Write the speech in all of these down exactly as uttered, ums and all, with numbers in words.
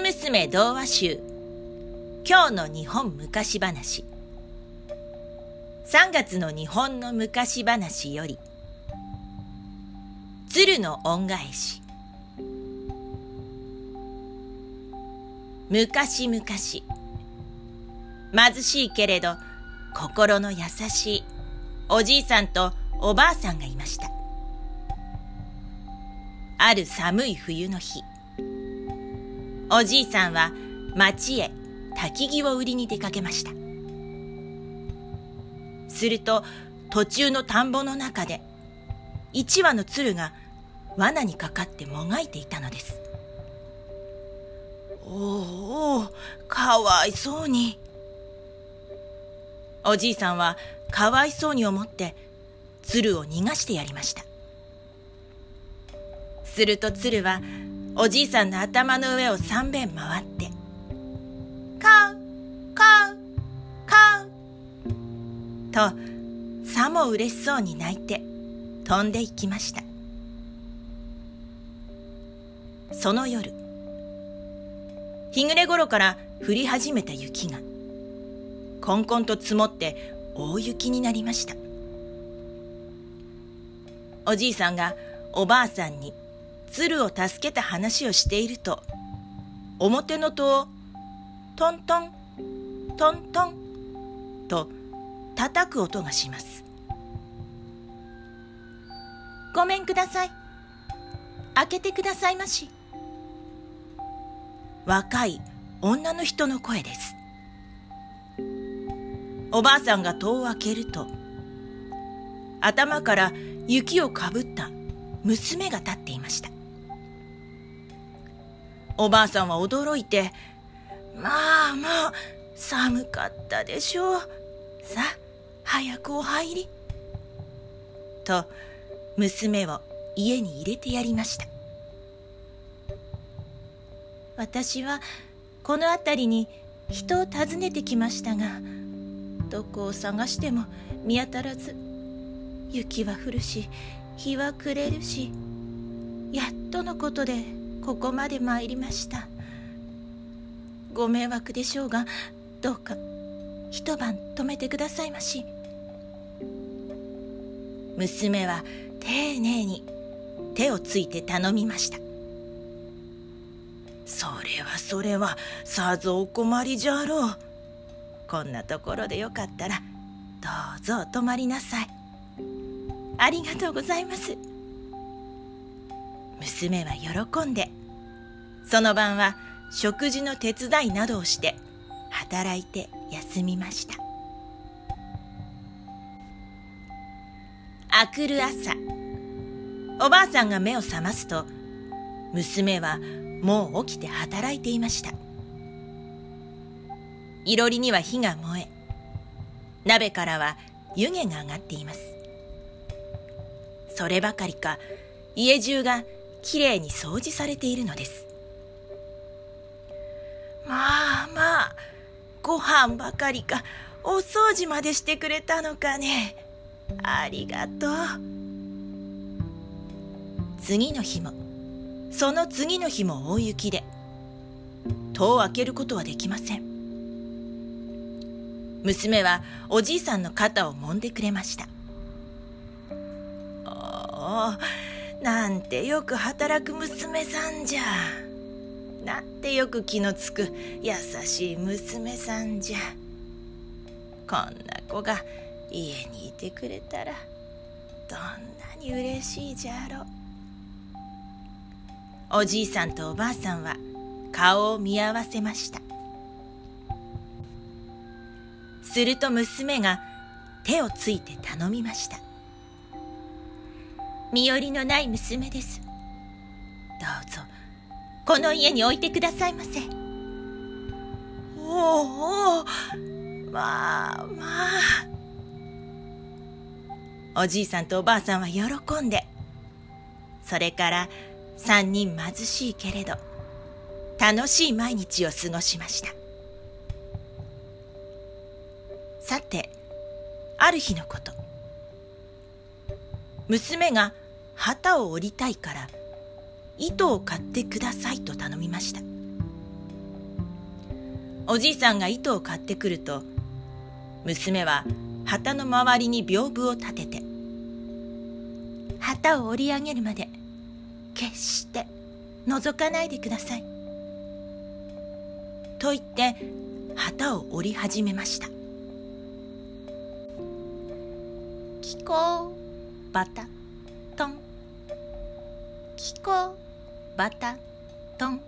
娘童話集今日の日本昔話さんがつの日本の昔話より鶴の恩返し。昔々貧しいけれど心の優しいおじいさんとおばあさんがいました。ある寒い冬の日、おじいさんは町へ焚き木を売りに出かけました。すると途中の田んぼの中で一羽の鶴が罠にかかってもがいていたのです。おお、かわいそうに。おじいさんはかわいそうに思って鶴を逃がしてやりました。すると鶴はおじいさんの頭の上を三遍回ってカウカウカウとさも嬉しそうに鳴いて飛んでいきました。その夜、日暮れ頃から降り始めた雪がこんこんと積もって大雪になりました。おじいさんがおばあさんに鶴を助けた話をしていると、表の戸をトントントントンと叩く音がします。ごめんください。開けてくださいまし。若い女の人の声です。おばあさんが戸を開けると、頭から雪をかぶった娘が立っていました。おばあさんは驚いて、まあまあ寒かったでしょう。さあ早くお入り。と娘を家に入れてやりました。私はこの辺りに人を訪ねてきましたが、どこを探しても見当たらず、雪は降るし日は暮れるし、やっとのことでここまで参りました。ご迷惑でしょうが、どうか一晩泊めてくださいまし。娘は丁寧に手をついて頼みました。それはそれはさぞお困りじゃろう。こんなところでよかったらどうぞお泊まりなさい。ありがとうございます。娘は喜んで、その晩は食事の手伝いなどをして働いて休みました。あくる朝、おばあさんが目を覚ますと、娘はもう起きて働いていました。いろりには火が燃え、鍋からは湯気が上がっています。そればかりか、家中がきれいに掃除されているのです。まあまあ、ご飯ばかりか、お掃除までしてくれたのかね。ありがとう。次の日も、その次の日も大雪で、戸を開けることはできません。娘はおじいさんの肩を揉んでくれました。おお、なんてよく働く娘さんじゃ。なんてよく気のつく優しい娘さんじゃ。こんな子が家にいてくれたらどんなに嬉しいじゃろう。おじいさんとおばあさんは顔を見合わせました。すると娘が手をついて頼みました。身寄りのない娘です。どうぞこの家に置いてくださいませ。おお、まあまあ。おじいさんとおばあさんは喜んで、それから三人貧しいけれど楽しい毎日を過ごしました。さて、ある日のこと、娘が旗を折りたいから糸を買ってくださいと頼みました。 おじいさんが糸を買ってくると、娘は旗の周りに屏風を立てて、旗を折り上げるまで決して覗かないでくださいと言って旗を折り始めました。キコバタトン、キコバタトン。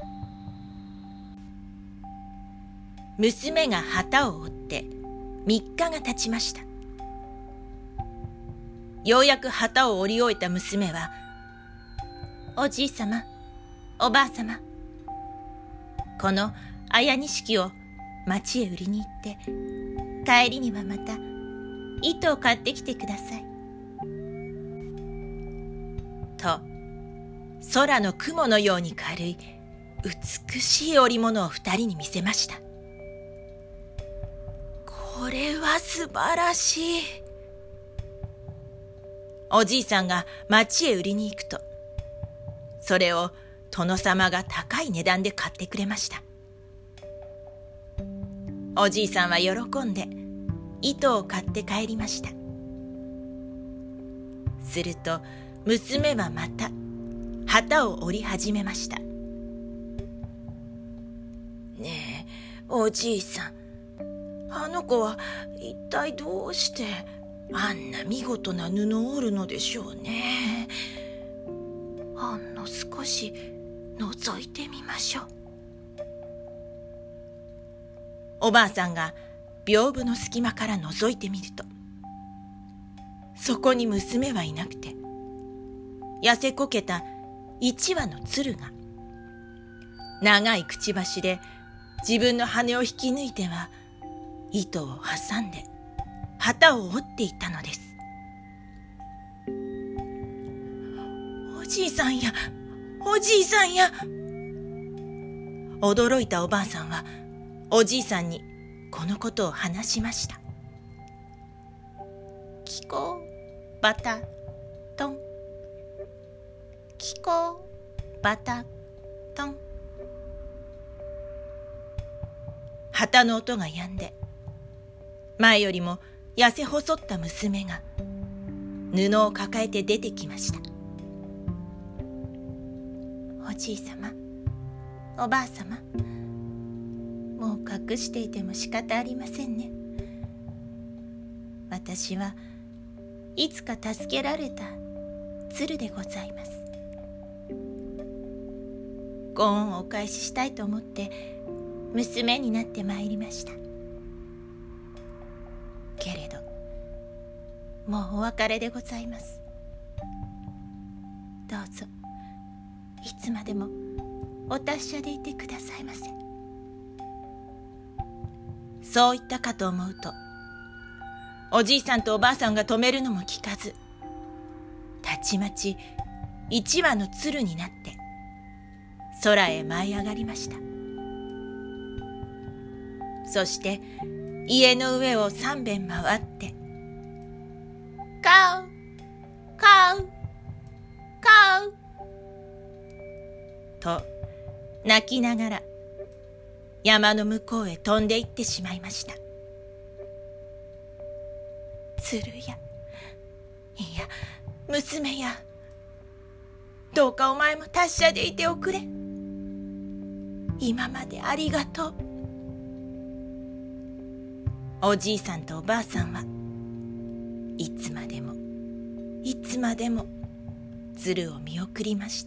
娘が旗を折ってみっかが経ちました。ようやく旗を折り終えた娘は、おじいさま、おばあさま、この綾錦を町へ売りに行って帰りにはまた糸を買ってきてくださいと、空の雲のように軽い美しい織物を二人に見せました。これは素晴らしい。おじいさんが町へ売りに行くと、それを殿様が高い値段で買ってくれました。おじいさんは喜んで糸を買って帰りました。すると娘はまた旗を折り始めました。ねえ、おじいさん、あの子は一体どうしてあんな見事な布を織るのでしょうね。ほんの少し覗いてみましょう。おばあさんが屏風の隙間から覗いてみると、そこに娘はいなくて、痩せこけた一羽の鶴が長いくちばしで自分の羽を引き抜いては糸を挟んで旗を折っていったのです。おじいさんや、おじいさんや。驚いたおばあさんはおじいさんにこのことを話しました。キコバタトン、キコバタトン。旗の音が止んで、前よりも痩せ細った娘が布を抱えて出てきました。おじいさま、おばあさま、もう隠していても仕方ありませんね。私はいつか助けられた鶴でございます。ご恩をお返ししたいと思って娘になってまいりました。けれどもうお別れでございます。どうぞいつまでもお達者でいてくださいませ。そう言ったかと思うと、おじいさんとおばあさんが止めるのも聞かず、たちまち一羽の鶴になって空へ舞い上がりました。そして家の上を三遍回って、カウカウカウと泣きながら山の向こうへ飛んで行ってしまいました。鶴や、いや娘や、どうかお前も達者でいておくれ。今までありがとう。おじいさんとおばあさんはいつまでもいつまでも鶴を見送りました。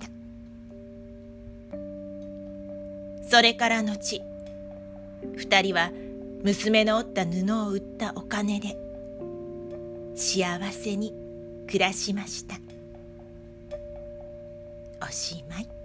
それから後、二人は娘の折った布を売ったお金で幸せに暮らしました。おしまい。